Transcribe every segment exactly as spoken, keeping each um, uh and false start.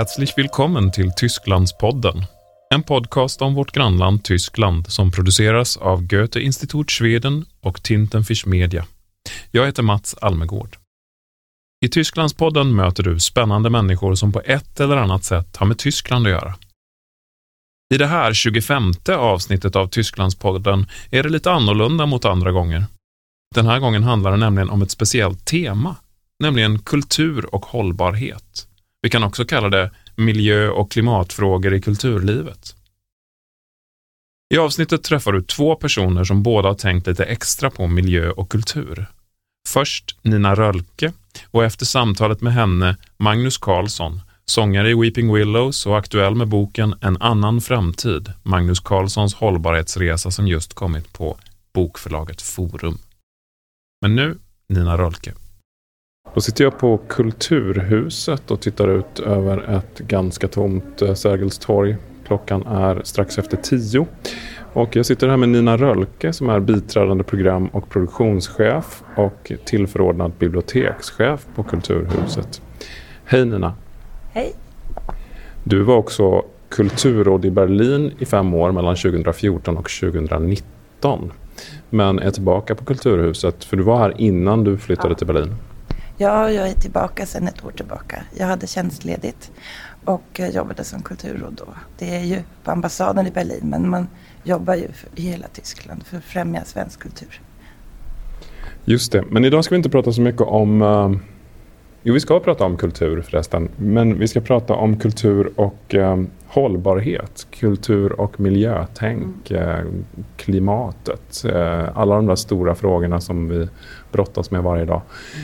Herzlich willkommen till Tysklandspodden. En podcast om vårt grannland Tyskland som produceras av Goethe-Institut Schweden och Tintenfisch Media. Jag heter Mats Almegård. I Tysklandspodden möter du spännande människor som på ett eller annat sätt har med Tyskland att göra. I det här tjugofemte avsnittet av Tysklandspodden är det lite annorlunda mot andra gånger. Den här gången handlar det nämligen om ett speciellt tema, nämligen kultur och hållbarhet. Vi kan också kalla det miljö- och klimatfrågor i kulturlivet. I avsnittet träffar du två personer som båda har tänkt lite extra på miljö och kultur. Först Nina Rölke och efter samtalet med henne Magnus Carlsson, sångare i Weeping Willows och aktuell med boken En annan framtid, Magnus Carlssons hållbarhetsresa som just kommit på bokförlaget Forum. Men nu Nina Rölke. Då sitter jag på Kulturhuset och tittar ut över ett ganska tomt Sergels torg. Klockan är strax efter tio. Och jag sitter här med Nina Rölke som är biträdande program- och produktionschef och tillförordnad bibliotekschef på Kulturhuset. Hej Nina. Hej. Du var också kulturråd i Berlin i fem år mellan tjugohundrafjorton och tjugohundranitton. Men är tillbaka på Kulturhuset för du var här innan du flyttade ja. till Berlin. Ja, jag är tillbaka sedan ett år tillbaka. Jag hade tjänstledigt och jobbade som kulturråd då. Det är ju på ambassaden i Berlin, men man jobbar ju i hela Tyskland för att främja svensk kultur. Just det, men idag ska vi inte prata så mycket om... Uh, jo, vi ska prata om kultur förresten, men vi ska prata om kultur och uh, hållbarhet, kultur och miljötänk, mm. uh, klimatet, uh, alla de där stora frågorna som vi brottas med varje dag. Mm.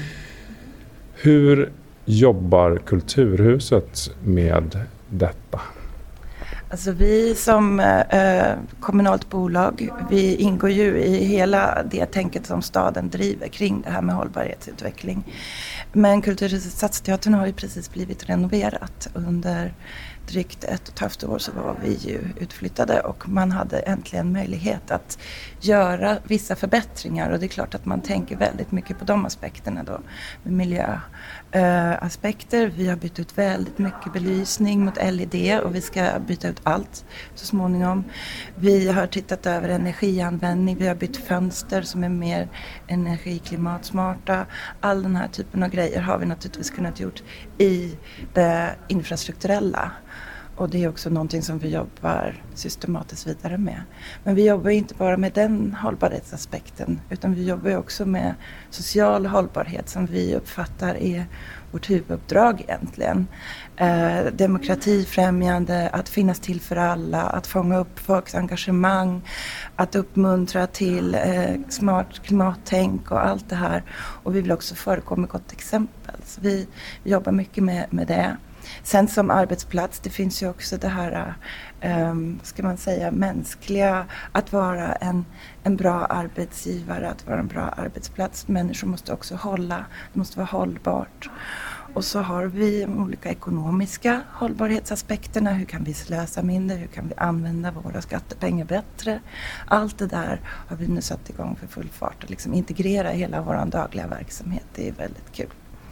Hur jobbar Kulturhuset med detta? Alltså vi som eh, kommunalt bolag, vi ingår ju i hela det tänket som staden driver kring det här med hållbarhetsutveckling. Men Kulturhuset Stadsteatern har ju precis blivit renoverat. Under drygt ett och ett halvt år så var vi ju utflyttade och man hade äntligen möjlighet att göra vissa förbättringar. Och det är klart att man tänker väldigt mycket på de aspekterna då, med miljöaspekter. Vi har bytt ut väldigt mycket belysning mot L E D och vi ska byta ut allt så småningom. Vi har tittat över energianvändning, vi har bytt fönster som är mer energiklimatsmarta. All den här typen av grejer har vi naturligtvis kunnat gjort i det infrastrukturella. Och det är också någonting som vi jobbar systematiskt vidare med. Men vi jobbar inte bara med den hållbarhetsaspekten utan vi jobbar också med social hållbarhet som vi uppfattar är vårt huvuduppdrag egentligen. Eh, demokratifrämjande, att finnas till för alla, att fånga upp folks engagemang, att uppmuntra till eh, smart klimattänk och allt det här. Och vi vill också förekomma med gott exempel. Så vi, vi jobbar mycket med, med det. Sen som arbetsplats, det finns ju också det här, um, ska man säga, mänskliga, att vara en, en bra arbetsgivare, att vara en bra arbetsplats. Människor måste också hålla, det måste vara hållbart. Och så har vi de olika ekonomiska hållbarhetsaspekterna. Hur kan vi slösa mindre? Hur kan vi använda våra skattepengar bättre? Allt det där har vi nu satt igång för full fart och liksom integrera hela vår dagliga verksamhet. Det är väldigt kul.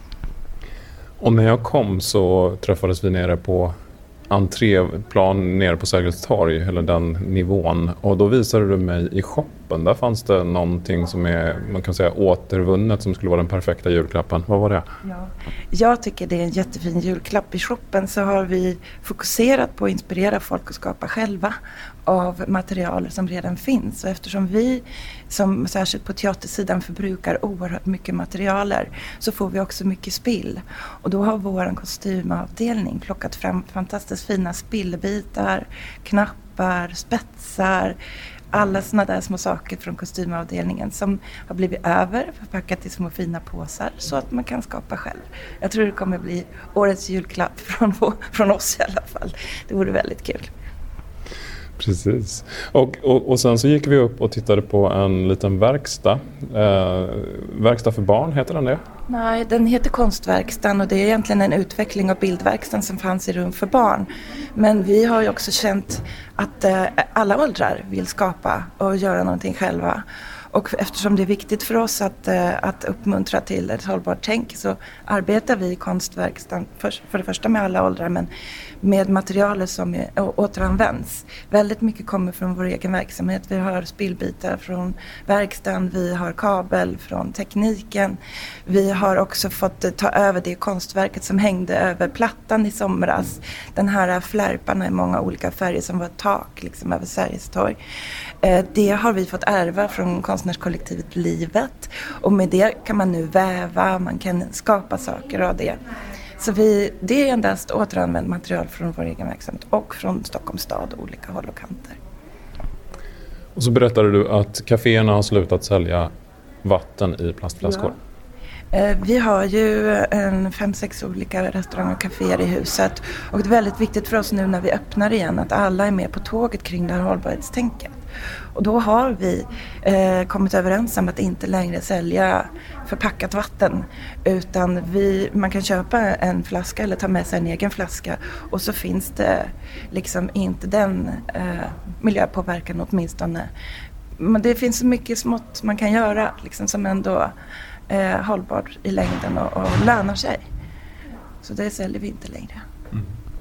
Och när jag kom så träffades vi nere på entréplan nere på Sergels torg, eller den nivån. Och då visade du mig i shoppen. Där fanns det någonting som är, man kan säga, återvunnet som skulle vara den perfekta julklappen. Vad var det? Ja. Jag tycker det är en jättefin julklapp. I shoppen så har vi fokuserat på att inspirera folk att skapa själva av material som redan finns. Och eftersom vi, som särskilt på teatersidan, förbrukar oerhört mycket materialer så får vi också mycket spill. Och då har vår kostymavdelning plockat fram fantastiskt fina spillbitar, knappar, spetsar, alla såna där små saker från kostymavdelningen som har blivit över, förpackat i små fina påsar så att man kan skapa själv. Jag tror det kommer bli årets julklapp från, från oss i alla fall. Det vore väldigt kul. Precis. Och, och, och sen så gick vi upp och tittade på en liten verkstad. Eh, verkstad för barn, heter den det? Nej, den heter Konstverkstan och det är egentligen en utveckling av bildverkstan som fanns i Rum för barn. Men vi har ju också känt att eh, alla åldrar vill skapa och göra någonting själva. Och eftersom det är viktigt för oss att, att uppmuntra till ett hållbart tänk så arbetar vi i konstverkstan för, för det första med alla åldrar men med materialer som är, å, återanvänds. Väldigt mycket kommer från vår egen verksamhet. Vi har spillbitar från verkstaden, vi har kabel från tekniken. Vi har också fått ta över det konstverket som hängde över plattan i somras. Den här flärparna i många olika färger som var ett tak liksom, över Sveriges torg. Eh, det har vi fått ärva från konstnärskollektivet Livet. Och med det kan man nu väva, man kan skapa saker av det. Så vi, det är endast återanvänt material från vår egen verksamhet och från Stockholms stad, olika håll och kanter. Och så berättade du att kaféerna har slutat sälja vatten i plastflaskor. Ja. Vi har ju en fem, sex olika restauranger och kaféer i huset. Och det är väldigt viktigt för oss nu när vi öppnar igen att alla är med på tåget kring det här hållbarhetstänket. Och då har vi eh, kommit överens om att inte längre sälja förpackat vatten. Utan vi, man kan köpa en flaska eller ta med sig en egen flaska. Och så finns det liksom inte den eh, miljöpåverkan åtminstone. Men det finns så mycket smått man kan göra liksom, som ändå är hållbart i längden och, och lönar sig. Så det säljer vi inte längre. Mm.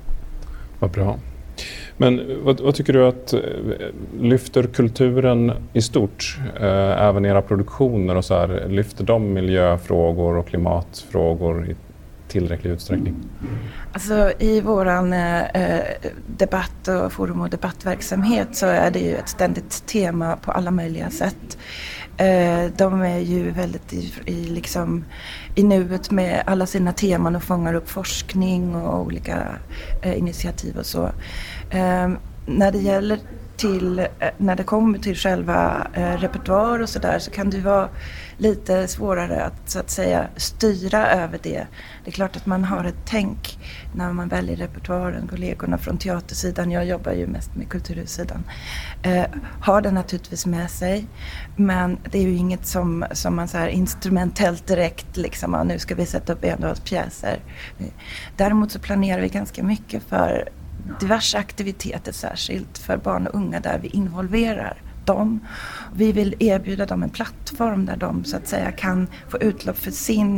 Vad bra. Men vad, vad tycker du att lyfter kulturen i stort, eh, även era produktioner och så här, lyfter de miljöfrågor och klimatfrågor i tillräcklig utsträckning? Alltså i våran eh, debatt och forum- och debattverksamhet så är det ju ett ständigt tema på alla möjliga sätt. Eh, de är ju väldigt i, i, liksom, i nuet med alla sina teman och fångar upp forskning och olika eh, initiativ och så. Eh, när det gäller till, eh, när det kommer till själva eh, repertoar och sådär så kan det vara lite svårare att så att säga styra över det. Det är klart att man har ett tänk när man väljer repertoaren. Kollegorna från teatersidan, jag jobbar ju mest med kulturhussidan, eh, har det naturligtvis med sig. Men det är ju inget som, som man så här instrumentellt direkt liksom, ja, nu ska vi sätta upp endagspjäser. Däremot så planerar vi ganska mycket för diverse aktiviteter, särskilt för barn och unga där vi involverar dem. Vi vill erbjuda dem en plattform där de så att säga kan få utlopp för sin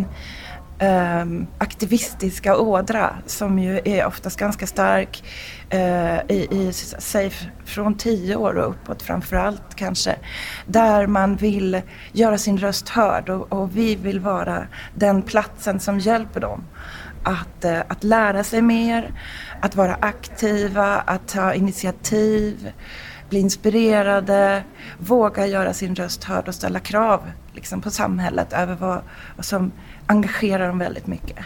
um, aktivistiska ådra som ju är oftast ganska stark uh, i, i sig från tio år och uppåt framförallt kanske, där man vill göra sin röst hörd och, och vi vill vara den platsen som hjälper dem att, uh, att lära sig mer, att vara aktiva, att ta initiativ, bli inspirerade, våga göra sin röst hörd och ställa krav liksom, på samhället över vad, vad som engagerar dem väldigt mycket.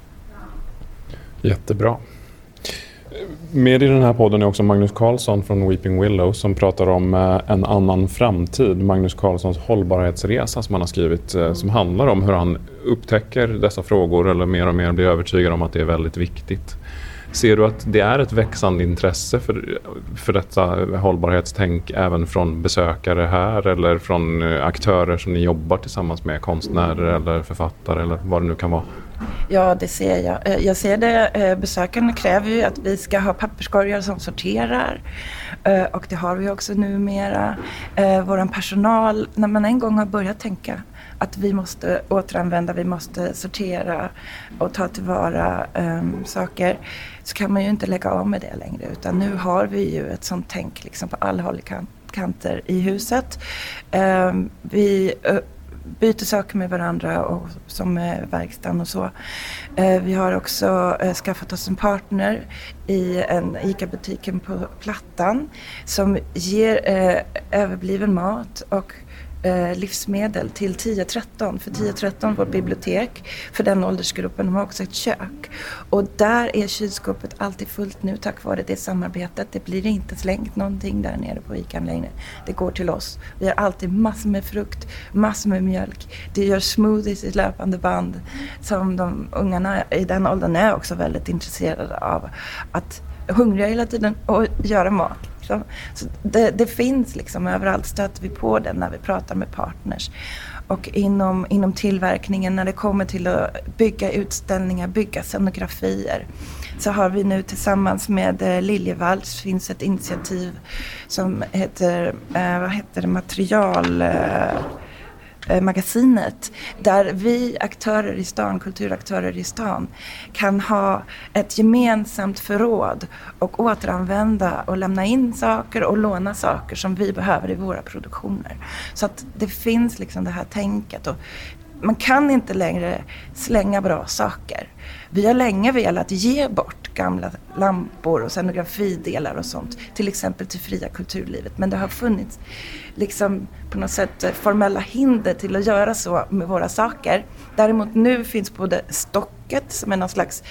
Jättebra. Med i den här podden är också Magnus Karlsson från Weeping Willow som pratar om en annan framtid. Magnus Karlssons hållbarhetsresa som han har skrivit som handlar om hur han upptäcker dessa frågor eller mer och mer blir övertygad om att det är väldigt viktigt. Ser du att det är ett växande intresse för, för detta hållbarhetstänk även från besökare här eller från aktörer som ni jobbar tillsammans med, konstnärer eller författare eller vad det nu kan vara? Ja, det ser jag. Jag ser det. Besökarna kräver ju att vi ska ha papperskorgar som sorterar och det har vi också numera. Vår personal, när man en gång har börjat tänka att vi måste återanvända, vi måste sortera och ta tillvara um, saker, så kan man ju inte lägga av med det längre. Utan nu har vi ju ett sånt tänk liksom, på alla håll i kanter i huset. Um, vi uh, byter saker med varandra och, som är verkstaden och så. Uh, vi har också uh, skaffat oss en partner i en ICA-butiken på Plattan som ger uh, överbliven mat och Eh, livsmedel till tio tretton. För tio tretton vårt bibliotek, för den åldersgruppen, de har också ett kök. Och där är kylskåpet alltid fullt nu tack vare det samarbetet. Det blir inte slängt någonting där nere på ICA längre. Det går till oss. Vi har alltid massor med frukt, massor med mjölk. Det gör smoothies i löpande band som de ungarna i den åldern är också väldigt intresserade av. Att hungriga hela tiden och göra mat. Så det, det finns liksom överallt, stöter vi på det när vi pratar med partners. Och inom, inom tillverkningen, när det kommer till att bygga utställningar, bygga scenografier, så har vi nu tillsammans med Liljevalchs finns ett initiativ som heter, eh, vad heter det, material... Eh, magasinet, där vi aktörer i stan, kulturaktörer i stan, kan ha ett gemensamt förråd och återanvända och lämna in saker och låna saker som vi behöver i våra produktioner. Så att det finns liksom det här tänket, och man kan inte längre slänga bra saker. Vi har länge velat ge bort gamla lampor och scenografidelar och sånt, till exempel till fria kulturlivet. Men det har funnits liksom på något sätt formella hinder till att göra så med våra saker. Däremot nu finns både Stocket, som är någon slags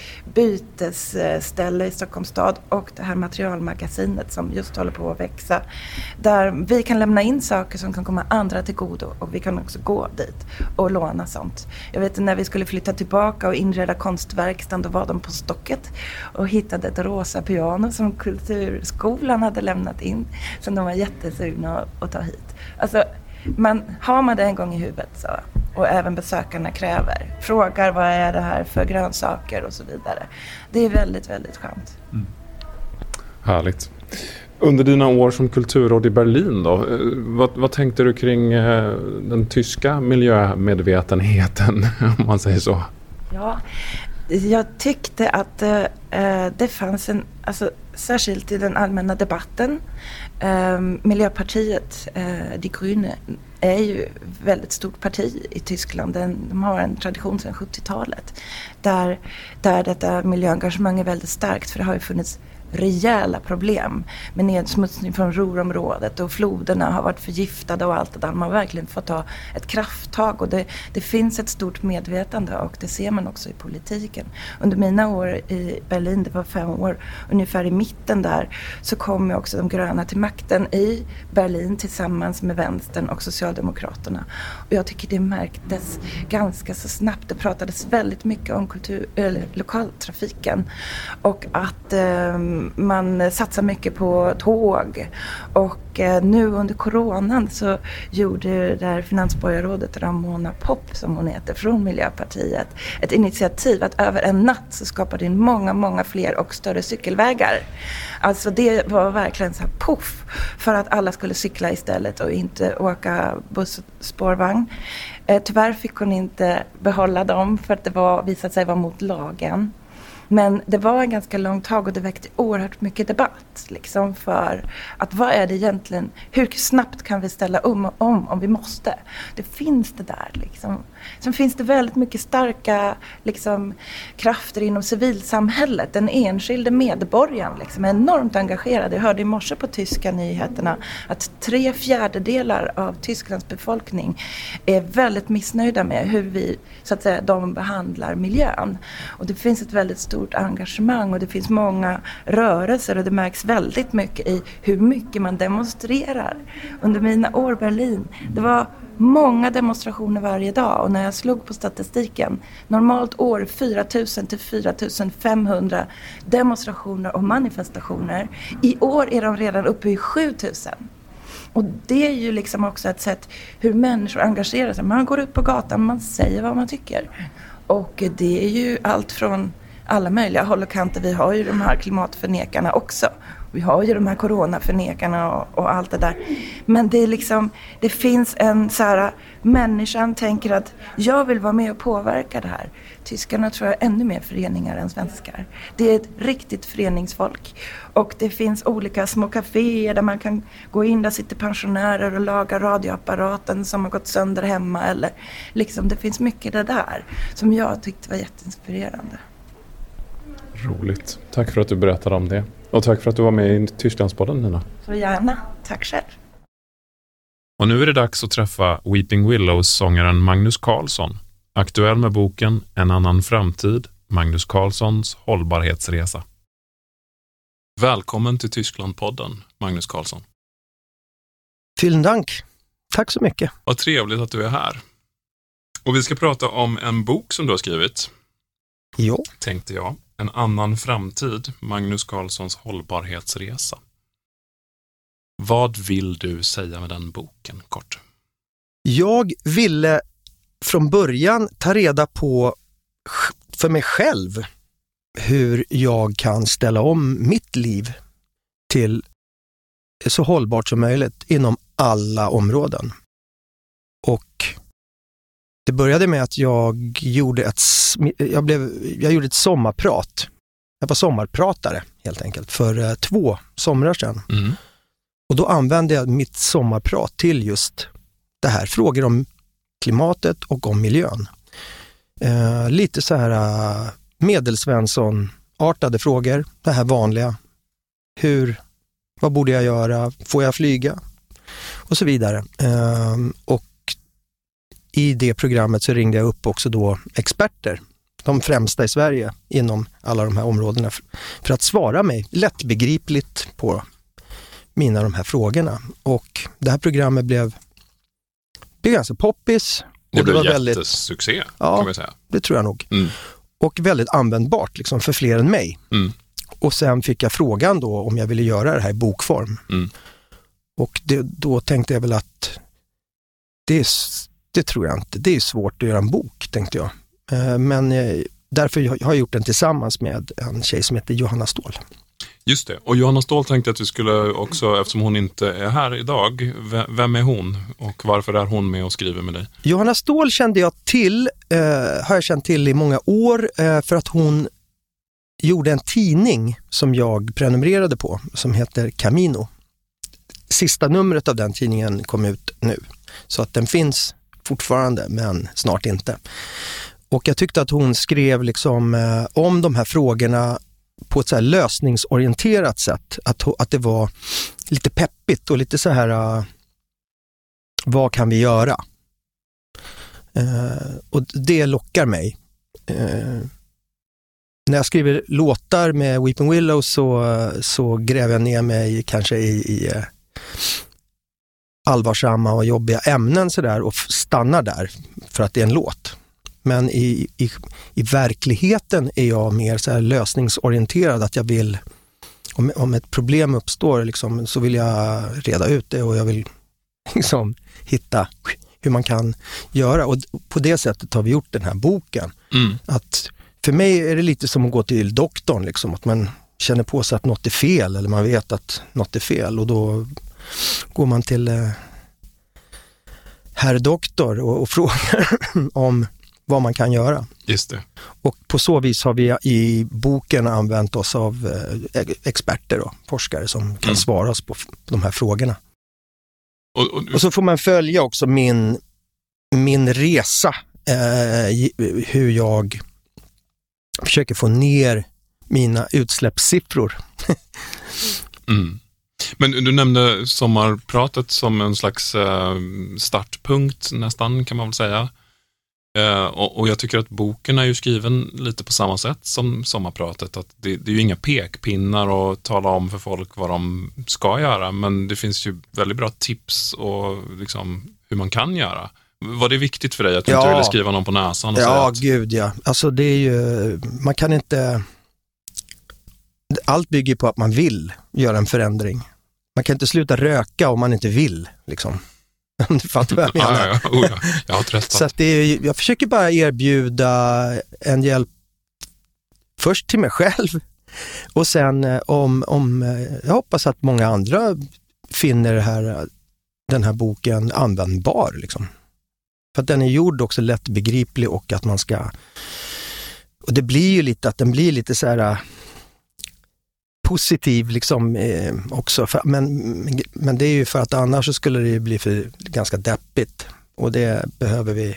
bytesställe i Stockholms stad, och det här materialmagasinet som just håller på att växa, där vi kan lämna in saker som kan komma andra till godo, och vi kan också gå dit och låna sånt. Jag vet när vi skulle flytta tillbaka och inreda konstverkstan, då var de på Stocket och hittade ett rosa piano som Kulturskolan hade lämnat in, som de var jättesugna att ta hit. Alltså, man, har man det en gång i huvudet så, och även besökarna kräver, frågar vad är det här för grönsaker och så vidare. Det är väldigt, väldigt skönt. Mm. Härligt. Under dina år som kulturråd i Berlin då, vad, vad tänkte du kring eh, den tyska miljömedvetenheten, om man säger så? Ja, jag tyckte att eh, det fanns en, alltså, särskilt i den allmänna debatten, eh, Miljöpartiet, eh, Die Grüne, är ju väldigt stort parti i Tyskland. Den, de har en tradition sedan sjuttiotalet där, där detta miljöengagemang är väldigt starkt, för det har ju funnits rejäla problem med nedsmutsning från Ruhrområdet, och floderna har varit förgiftade och allt det där. Man har verkligen fått ta ett krafttag, och det, det finns ett stort medvetande, och det ser man också i politiken. Under mina år i Berlin, det var fem år, ungefär i mitten där, så kom ju också de gröna till makten i Berlin tillsammans med vänstern och Socialdemokraterna. Och jag tycker det märktes ganska så snabbt. Det pratades väldigt mycket om kultur, eller lokaltrafiken, och att eh, man satsar mycket på tåg, och eh, nu under coronan så gjorde det där finansborgarrådet Ramona Popp, som hon heter, från Miljöpartiet, ett initiativ att över en natt så skapade in många, många fler och större cykelvägar. Alltså det var verkligen så här puff, för att alla skulle cykla istället och inte åka buss och spårvagn. Eh, tyvärr fick hon inte behålla dem, för att det var, visade sig vara mot lagen. Men det var en ganska lång tag, och det väckte oerhört mycket debatt. Liksom, för att vad är det egentligen, hur snabbt kan vi ställa om om, om vi måste? Det finns det där. Liksom. Sen finns det väldigt mycket starka liksom, krafter inom civilsamhället. Den enskilde medborgaren liksom, är enormt engagerad. Jag hörde i morse på tyska nyheterna att tre fjärdedelar av Tysklands befolkning är väldigt missnöjda med hur vi, så att säga, de behandlar miljön. Och det finns ett väldigt stort engagemang, och det finns många rörelser, och det märks väldigt mycket i hur mycket man demonstrerar. Under mina år i Berlin, det var många demonstrationer varje dag, och när jag slog på statistiken, normalt år fyra tusen till fyra tusen femhundra demonstrationer och manifestationer. I år är de redan uppe i sju tusen. Och det är ju liksom också ett sätt hur människor engagerar sig. Man går ut på gatan, man säger vad man tycker. Och det är ju allt från alla möjliga håll och kanter. Vi har ju de här klimatförnekarna också. Vi har ju de här coronaförnekarna och, och allt det där. Men det är liksom, det finns en så här, människan tänker att jag vill vara med och påverka det här. Tyskarna tror jag är ännu mer föreningar än svenskar. Det är ett riktigt föreningsfolk. Och det finns olika små kaféer där man kan gå in, där sitter pensionärer och laga radioapparaten som har gått sönder hemma. Eller liksom, det finns mycket det där som jag tyckte var jätteinspirerande. Roligt. Tack för att du berättade om det. Och tack för att du var med i Tysklandspodden, Nina. Så gärna. Tack själv. Och nu är det dags att träffa Weeping Willows-sångaren Magnus Carlsson. Aktuell med boken En annan framtid, Magnus Carlssons hållbarhetsresa. Välkommen till Tysklandpodden, Magnus Carlsson. Vielen Dank. Tack så mycket. Vad trevligt att du är här. Och vi ska prata om en bok som du har skrivit. Jo. Tänkte jag. En annan framtid, Magnus Carlssons hållbarhetsresa. Vad vill du säga med den boken, kort? Jag ville från början ta reda på för mig själv hur jag kan ställa om mitt liv till så hållbart som möjligt inom alla områden. Och Det började med att jag gjorde ett, jag blev, jag gjorde ett sommarprat. Jag var sommarpratare helt enkelt för eh, två somrar sedan. Mm. Och då använde jag mitt sommarprat till just det här. Frågor om klimatet och om miljön. Eh, lite så här uh, medelsvensson-artade frågor. Det här vanliga. Hur, vad borde jag göra? Får jag flyga? Och så vidare. Eh, och i det programmet så ringde jag upp också då experter. De främsta i Sverige inom alla de här områdena. För att svara mig lättbegripligt på mina de här frågorna. Och det här programmet blev, blev ganska poppis. Det, och blev det var jättesuccé, väldigt, kan ja, vi säga. Det tror jag nog. Mm. Och väldigt användbart liksom, för fler än mig. Mm. Och sen fick jag frågan då om jag ville göra det här i bokform. Mm. Och det, då tänkte jag väl att det, är, det tror jag inte. Det är svårt att göra en bok, tänkte jag. Men därför har jag gjort den tillsammans med en tjej som heter Johanna Ståhl. Just det. Och Johanna Ståhl tänkte att vi skulle också, eftersom hon inte är här idag, vem är hon och varför är hon med och skriver med dig? Johanna Ståhl kände jag till, eh, har jag känt till i många år eh, för att hon gjorde en tidning som jag prenumererade på som heter Camino. Sista numret av den tidningen kom ut nu. Så att den finns fortfarande, men snart inte. Och jag tyckte att hon skrev liksom eh, om de här frågorna på ett så här lösningsorienterat sätt. Att, att det var lite peppigt och lite så här uh, vad kan vi göra? Uh, och det lockar mig. Uh, när jag skriver låtar med Weeping Willows så, så gräver jag ner mig kanske i, i uh, allvarsamma och jobbiga ämnen så där och stannar där för att det är en låt. Men i, i, i verkligheten är jag mer så här lösningsorienterad, att jag vill, om, om ett problem uppstår liksom, så vill jag reda ut det och jag vill liksom hitta hur man kan göra. Och på det sättet har vi gjort den här boken. Mm. Att för mig är det lite som att gå till doktorn, liksom, att man känner på sig att något är fel eller man vet att något är fel och då går man till eh, herr doktor och, och frågar om vad man kan göra. Just det. Och på så vis har vi i boken använt oss av eh, experter och forskare som kan mm. svara oss på de här frågorna. Och, och, och så får man följa också min, min resa, eh, hur jag försöker få ner mina utsläppssiffror. mm. Men du nämnde sommarpratet som en slags eh, startpunkt nästan, kan man väl säga. Uh, och, och jag tycker att boken är ju skriven lite på samma sätt som sommarpratet, att det, det är ju inga pekpinnar och tala om för folk vad de ska göra, men det finns ju väldigt bra tips och liksom hur man kan göra. Var det viktigt för dig att du ja. inte ville skriva någon på näsan? Och ja, att... gud ja. Alltså det är ju, man kan inte, allt bygger på att man vill göra en förändring. Man kan inte sluta röka om man inte vill, liksom. Du fattar vad jag menar. Ja, ja, oh, ja. Jag har tröstat. Så att det är, jag försöker bara erbjuda en hjälp först till mig själv och sen om, om jag hoppas att många andra finner det här, den här boken användbar. Liksom. För att den är gjord också lättbegriplig och att man ska, och det blir ju lite att den blir lite så här positiv liksom eh, också, för, men, men det är ju för att annars så skulle det bli för ganska deppigt och det behöver vi,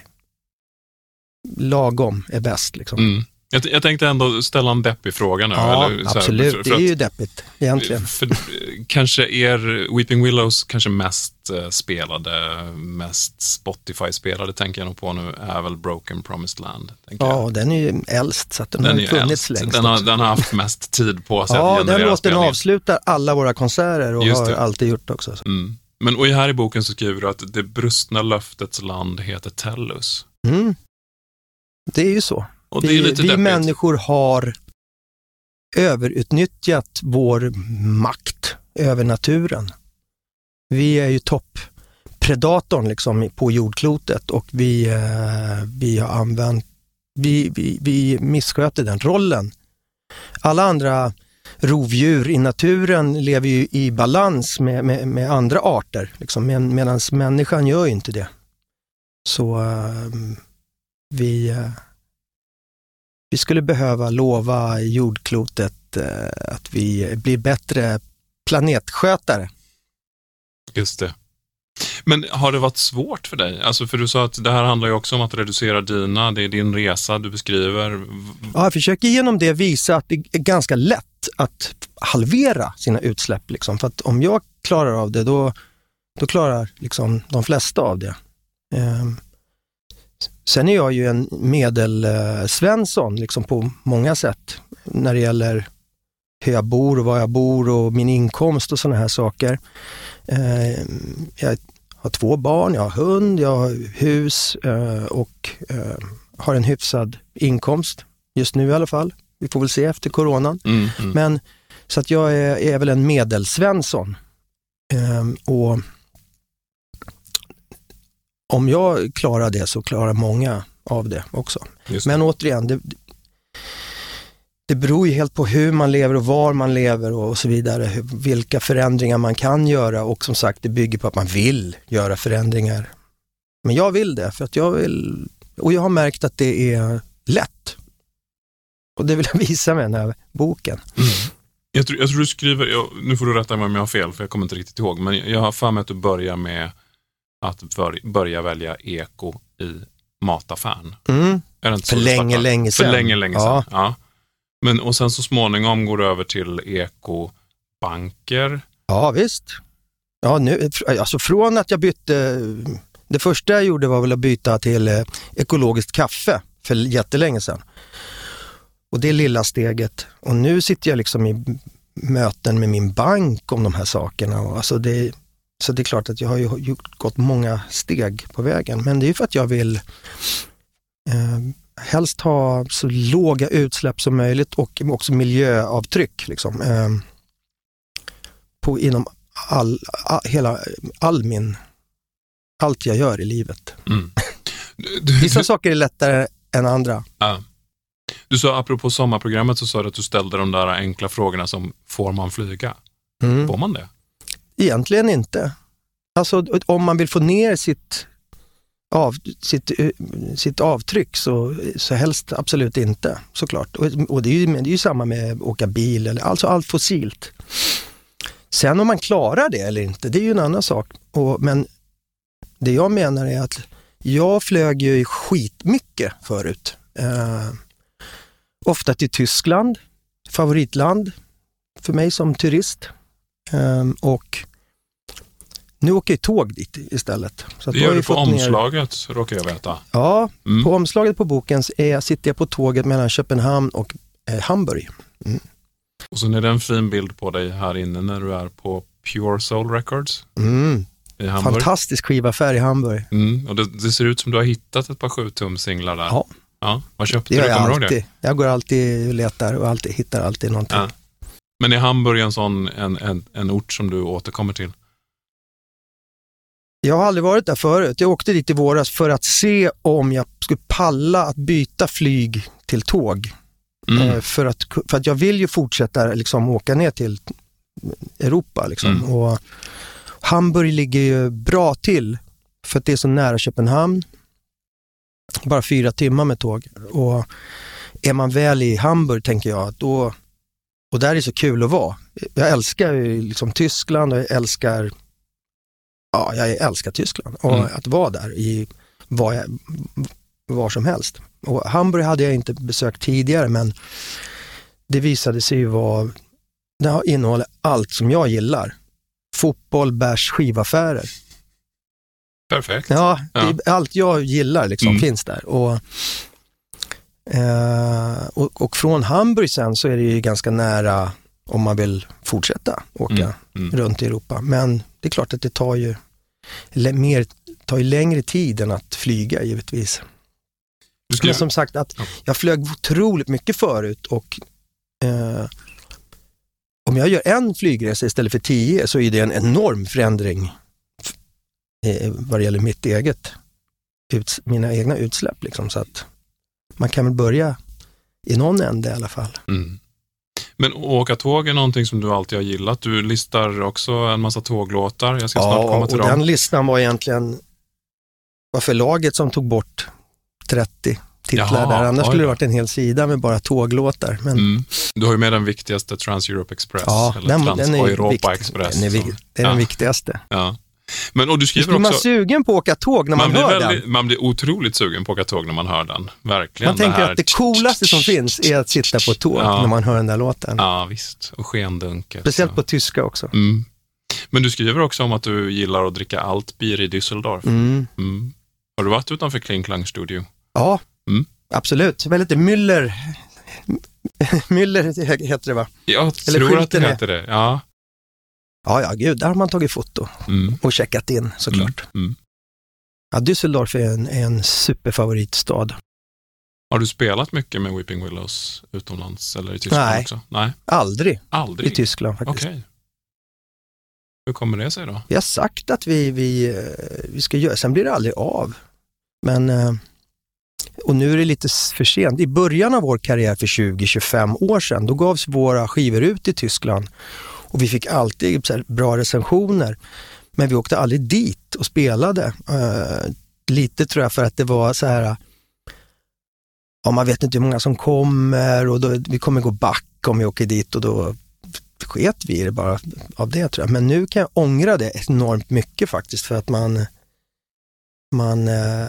lagom är bäst liksom. Mm. Jag, jag tänkte ändå ställa en deppig fråga nu. Ja, eller, så absolut, här, för, för det är att, ju deppigt egentligen. För, kanske är Weeping Willows kanske mest uh, spelade, mest Spotify-spelade tänker jag nog på nu, är väl Broken Promised Land. Ja, jag. Den är ju äldst så att den, den har funnits längst. Den har, den har haft mest tid på sig ja, att generera den låten spelning. Avslutar alla våra konserter och har alltid gjort också. Mm. Men och här i boken så skriver du att det brustna löftets land heter Tellus. Mm. Det är ju så. Och det är vi lite vi deppigt. människor har överutnyttjat vår makt över naturen. Vi är ju topppredatorn liksom på jordklotet och vi, eh, vi har använt, vi, vi, vi missköter den rollen. Alla andra rovdjur i naturen lever ju i balans med, med, med andra arter, liksom, med, medan människan gör ju inte det. Så... Eh, vi, eh, vi skulle behöva lova jordklotet eh, att vi blir bättre planetskötare. Just det. Men har det varit svårt för dig? Alltså för du sa att det här handlar ju också om att reducera dina, det är din resa du beskriver. Ja, jag försöker genom det visa att det är ganska lätt att halvera sina utsläpp. Liksom. För att om jag klarar av det, då, då klarar liksom de flesta av det. Ehm. Sen är jag ju en medelsvensson liksom på många sätt när det gäller hur jag bor och var jag bor och min inkomst och sådana här saker. Eh, jag har två barn, jag har hund, jag har hus eh, och eh, har en hyfsad inkomst just nu i alla fall. Vi får väl se efter coronan. Mm, mm. Men så att jag är, är väl en medelsvensson. Eh, och om jag klarar det så klarar många av det också. Just det. Men återigen, det, det beror ju helt på hur man lever och var man lever och så vidare. Hur, vilka förändringar man kan göra och som sagt det bygger på att man vill göra förändringar. Men jag vill det för att jag vill, och jag har märkt att det är lätt. Och det vill jag visa med den här boken. Mm. Jag, tror, jag tror du skriver, jag, nu får du rätta mig om jag har fel för jag kommer inte riktigt ihåg, men jag har för mig att du börjar med att bör, börja välja eko i mataffären. Mm. Är det inte för så länge, länge sedan. För länge, länge sedan, ja. ja. Men, och sen så småningom går du över till ekobanker. Ja, visst. Ja, nu, alltså från att jag bytte, det första jag gjorde var väl att byta till eh, ekologiskt kaffe för jättelänge sedan. Och det lilla steget. Och nu sitter jag liksom i möten med min bank om de här sakerna. Och alltså det, så det är klart att jag har ju gjort, gått många steg på vägen. Men det är ju för att jag vill eh, helst ha så låga utsläpp som möjligt och också miljöavtryck liksom. Eh, på, inom all, all, hela, all min, allt jag gör i livet. Mm. Vissa saker är lättare än andra. Ja. Du sa, apropå sommarprogrammet så sa du att du ställde de där enkla frågorna som, får man flyga? Mm. Får man det? Egentligen inte. Alltså om man vill få ner sitt, av, sitt, sitt avtryck så, så helst absolut inte, såklart. Och, och det, är ju, det är ju samma med att åka bil, eller, alltså allt fossilt. Sen om man klarar det eller inte, det är ju en annan sak. Och, men det jag menar är att jag flög ju skitmycket förut. Eh, ofta till Tyskland, favoritland för mig som turist. Eh, och nu åker jag tåg dit istället. Så att det gör du på omslaget, ner... råkar jag veta. Ja, mm. På omslaget på boken är, sitter jag på tåget mellan Köpenhamn och eh, Hamburg. Mm. Och så är det en fin bild på dig här inne när du är på Pure Soul Records. Mm. I Hamburg. Fantastisk skivaffär i Hamburg. Mm. Och det, det ser ut som du har hittat ett par sju tum singlar där. Ja. Ja. Vad köpte det du? Jag, Kommer alltid. det? Jag går alltid och letar och alltid, hittar alltid någonting. Ja. Men är Hamburg en sån en, en, en ort som du återkommer till? Jag har aldrig varit där förut. Jag åkte dit i våras för att se om jag skulle palla att byta flyg till tåg. Mm. För, att, för att jag vill ju fortsätta liksom åka ner till Europa. Liksom. Mm. Och Hamburg ligger ju bra till för att det är så nära Köpenhamn. Bara fyra timmar med tåg. Och är man väl i Hamburg tänker jag, då, och där är så kul att vara. Jag älskar ju liksom Tyskland och jag älskar ja, jag älskar Tyskland. Och mm. att vara där i var, jag, var som helst. Och Hamburg hade jag inte besökt tidigare, men det visade sig ju vara, det innehåller allt som jag gillar. Fotboll, bärs, skivaffärer. Perfekt. Ja, ja. Det, allt jag gillar liksom mm. finns där. Och, eh, och, och från Hamburg sen så är det ju ganska nära om man vill fortsätta åka mm. Mm. runt i Europa. Men det är klart att det tar ju, mer, tar ju längre tid än att flyga givetvis. Skulle... Men som sagt, att jag flög otroligt mycket förut och eh, om jag gör en flygresa istället för tio så är det en enorm förändring eh, vad det gäller mitt eget ut, mina egna utsläpp liksom, så att man kan väl börja i någon ände i alla fall. Mm. Men åka tåg är någonting som du alltid har gillat. Du listar också en massa tåglåtar. Jag ska snart ja, komma till och dem. Den listan var egentligen var förlaget som tog bort trettio titlar. Jaha, där. Annars oj skulle det då. varit en hel sida med bara tåglåtar. Men, Mm. Du har ju med den viktigaste Trans-Europe Express. ja, eller den, den är Trans-Europa viktig. Express. Den är, vi- som- det är den ja. viktigaste. Ja. Men, och du Visst skriver blir man också... sugen på att åka tåg när man, Man blir, hör väldigt, den? man blir otroligt sugen på att åka tåg när man hör den. Verkligen. Man tänker det här... att det coolaste som finns är att sitta på ett tåg Ja. när man hör den där låten. Ja, visst. Och skendunket. Speciellt så. på tyska också. Mm. Men du skriver också om att du gillar att dricka Altbier i Düsseldorf. Mm. Mm. Har du varit utanför Kling Studio? Ja, Mm. absolut. Väldigt Müller. Müller heter det, va? Jag Eller tror att det skylten är- heter det. Ja. Ja, ja, gud. Där har man tagit foto Mm. och checkat in såklart. Mm. Mm. Ja, Düsseldorf är en, är en superfavoritstad. Har du spelat mycket med Weeping Willows utomlands eller i Tyskland Nej. också? Nej, Aldrig aldrig. i Tyskland faktiskt. Okej. Hur kommer det sig då? Vi har sagt att vi, vi, eh, vi ska göra, sen blir det aldrig av. Men, eh, och nu är det lite för sent. I början av vår karriär för tjugo till tjugofem år sedan, då gavs våra skivor ut i Tyskland. Och vi fick alltid så här bra recensioner. Men vi åkte aldrig dit och spelade. Uh, lite tror jag för att det var så här, ja, man vet inte hur många som kommer och då, vi kommer gå back om vi åker dit och då sket vi i det bara av det tror jag. Men nu kan jag ångra det enormt mycket faktiskt för att man man uh,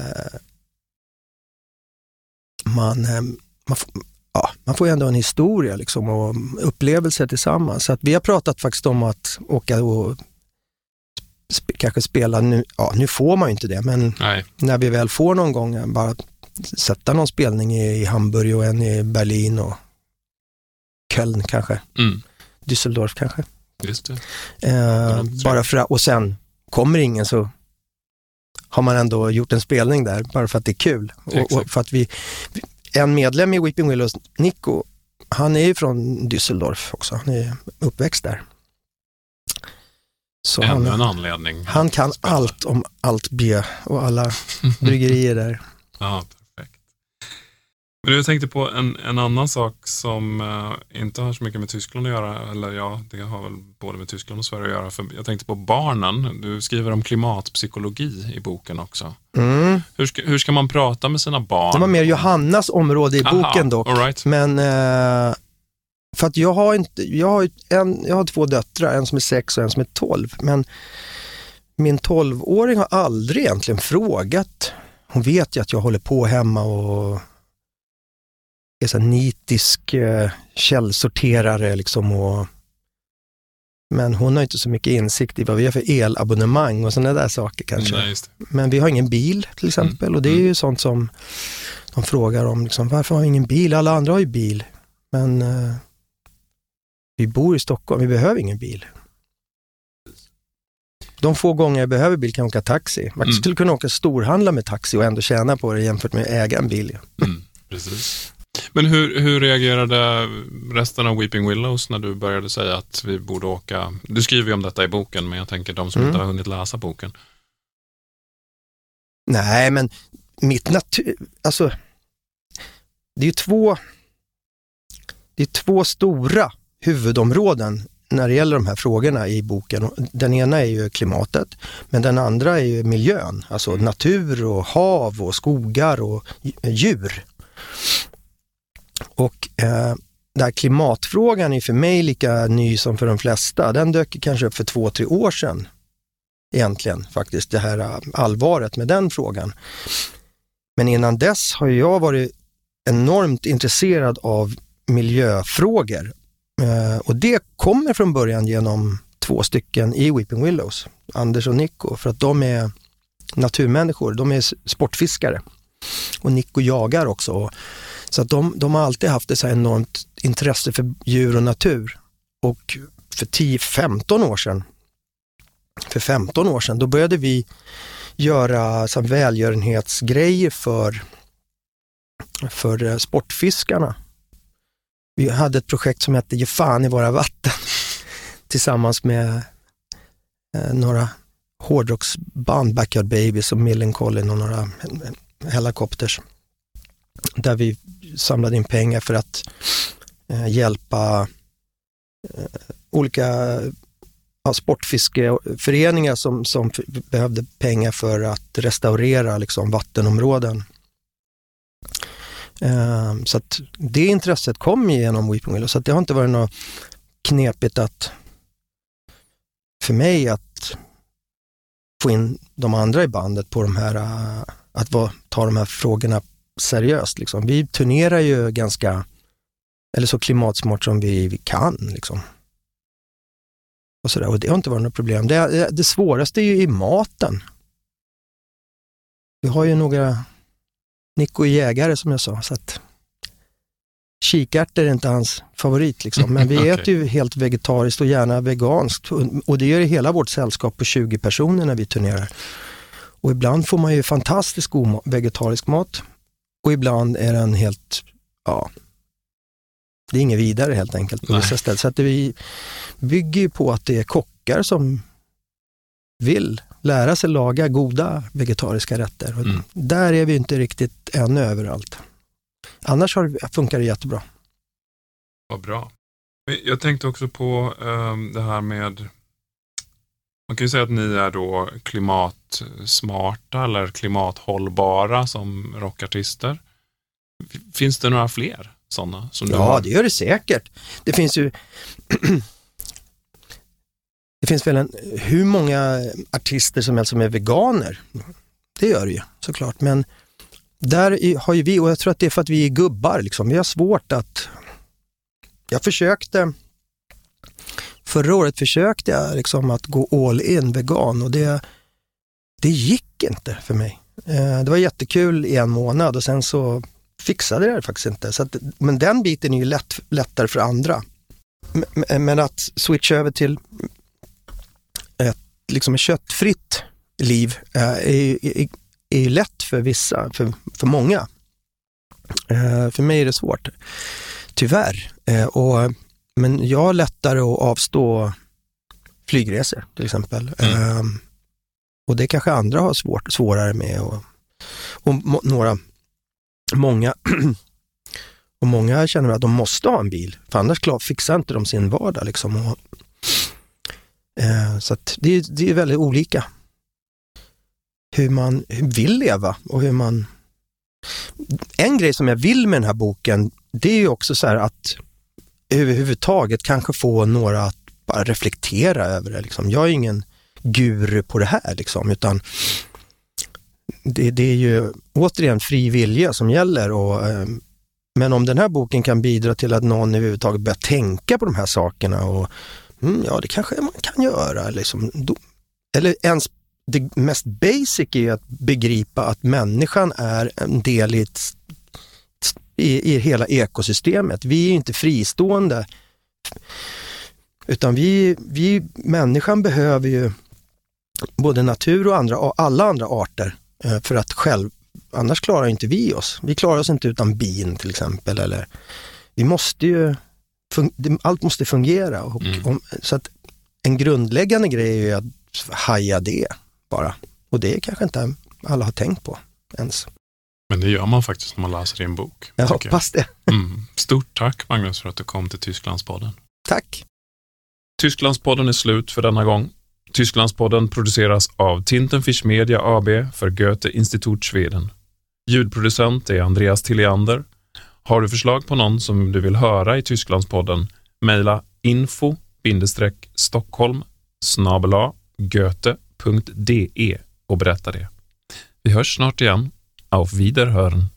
man, uh, man får Ja, man får ju ändå en historia liksom och upplevelser tillsammans. Så att vi har pratat faktiskt om att åka och sp- kanske spela nu. Ja, nu får man ju inte det, men Nej. när vi väl får någon gång bara sätta någon spelning i, i Hamburg och en i Berlin och Köln kanske. Mm. Düsseldorf kanske. Just det. Eh, låter bara för att, och sen kommer ingen så har man ändå gjort en spelning där bara för att det är kul. Och, och Exakt. för att vi en medlem i Weeping Willows, Nico, han är ju från Düsseldorf också. Han är uppväxt där. Så Ännu han, en anledning. han kan att spela. allt om allt B och alla bryggerier där. Ja, perfekt. Men jag tänkte på en, en annan sak som uh, inte har så mycket med Tyskland att göra, eller ja, det har väl både med Tyskland och Sverige att göra. För jag tänkte på barnen. Du skriver om klimatpsykologi i boken också. Mm. Hur ska, hur ska man prata med sina barn? Det var mer Johannas område i Aha, boken dock. all right. Men eh, för att jag har inte, jag har, en, jag har två döttrar, en som är sex och en som är tolv. Men min tolvåring har aldrig egentligen frågat. Hon vet ju att jag håller på hemma och är så nitisk eh, källsorterare liksom och men hon har inte så mycket insikt i vad vi har för elabonnemang och sådana där saker kanske. Nej, just det. Men vi har ingen bil till exempel Mm. och det är ju sånt som de frågar om liksom, varför har vi ingen bil? Alla andra har ju bil. Men eh, vi bor i Stockholm, vi behöver ingen bil. De få gånger jag behöver bil kan jag åka taxi. Man Mm. skulle kunna åka storhandla med taxi och ändå tjäna på det jämfört med att äga en bil. Mm, precis. Men hur, hur reagerade resten av Weeping Willows när du började säga att vi borde åka? Du skriver ju om detta i boken, men jag tänker de som Mm. inte har hunnit läsa boken. Nej, men mitt natur... Alltså, det är ju två... Det är två stora huvudområden när det gäller de här frågorna i boken. Den ena är ju klimatet, men den andra är ju miljön. Alltså natur och hav och skogar och djur. Och eh, där klimatfrågan är för mig lika ny som för de flesta. Den dök kanske upp för två, tre år sedan. Egentligen faktiskt, det här allvaret med den frågan. Men innan dess har jag varit enormt intresserad av miljöfrågor. Eh, och det kommer från början genom två stycken i Weeping Willows, Anders och Nico, för att de är naturmänniskor, de är sportfiskare. Och Nico jagar också. Så att de, de har alltid haft ett så här enormt intresse för djur och natur. Och för tio femton år sedan, för femton år sedan, då började vi göra så här välgörenhetsgrejer för, för sportfiskarna. Vi hade ett projekt som hette Ge fan i våra vatten tillsammans med eh, några hårdrocksband, Backyard Babies och Millencolin och några helikopters. Där vi samlade in pengar för att eh, hjälpa eh, olika ja, sportfiskeföreningar som, som f- behövde pengar för att restaurera liksom, vattenområden. Uh, så att det intresset kom genom Weeping Willow, så att det har inte varit något knepigt att för mig att få in de andra i bandet på de här, uh, att va, ta de här frågorna seriöst. Liksom. Vi turnerar ju ganska, eller så klimatsmart som vi, vi kan. Liksom. Och, så där. Och det har inte varit något problem. Det, det, det svåraste är ju i maten. Vi har ju några Nico jägare som jag sa, så att kikärtor är inte hans favorit liksom. Men vi okay. äter ju helt vegetariskt och gärna veganskt. Och det gör det hela vårt sällskap på tjugo personer när vi turnerar. Och ibland får man ju fantastiskt god vegetarisk mat. Och ibland är den helt, ja, det är inget vidare helt enkelt på vissa ställen. Så att vi bygger ju på att det är kockar som vill lära sig laga goda vegetariska rätter. Och mm. där är vi inte riktigt ännu överallt. Annars har det, funkar det jättebra. Vad bra. Jag tänkte också på um, det här med, man kan ju säga att ni är då klimatsmarta eller klimathållbara som rockartister. Finns det några fler sådana? Som ja, du har? Det gör det säkert. Det finns ju det finns väl en, hur många artister som helst som är veganer. Det gör det ju, såklart. Men där har ju vi, och jag tror att det är för att vi är gubbar liksom. Vi har svårt att, jag försökte förra året försökte jag liksom att gå all in vegan, och det det gick inte för mig. Eh, det var jättekul i en månad och sen så fixade jag det faktiskt inte. Så att, men den biten är ju lätt, lättare för andra. Men, men att switcha över till ett liksom ett köttfritt liv eh, är, är, är ju lätt för vissa, för, för många. Eh, för mig är det svårt. Tyvärr. Eh, och, men jag har lättare att avstå flygresor till exempel. Mm. Eh, och det kanske andra har svårt, svårare med. Och, och må, några, många och många känner att de måste ha en bil. För annars klar, fixar inte de sin vardag. Liksom. Och, eh, så att det, det är väldigt olika. Hur man vill leva och hur man... En grej som jag vill med den här boken, det är ju också så här att överhuvudtaget kanske få några att bara reflektera över det. Liksom. Jag är ingen guru på det här, liksom, utan det, det är ju återigen fri vilja som gäller. Och, eh, men om den här boken kan bidra till att någon överhuvudtaget börjar tänka på de här sakerna, och mm, ja, det kanske man kan göra. Liksom, då, eller ens det mest basic är att begripa att människan är en del i, ett, i, i hela ekosystemet. Vi är inte fristående, utan vi, vi människan behöver ju både natur och andra, alla andra arter för att själv, annars klarar inte vi oss. Vi klarar oss inte utan bin till exempel, eller vi måste ju allt måste fungera, och, mm. om, så att en grundläggande grej är ju att haja det bara. Och det kanske inte alla har tänkt på ens. Men det gör man faktiskt när man läser din bok. Jag hoppas jag. det. Mm. Stort tack, Magnus, för att du kom till Tysklandspodden. Tack. Tysklandspodden är slut för denna gång. Tysklandspodden produceras av Tintenfisch Media A B för Goethe Institut Schweden. Ljudproducent är Andreas Tilliander. Har du förslag på någon som du vill höra i Tysklandspodden, mejla info stockholm snabel-a goethe punkt de och berätta det. Vi hörs snart igen. Auf Wiederhören.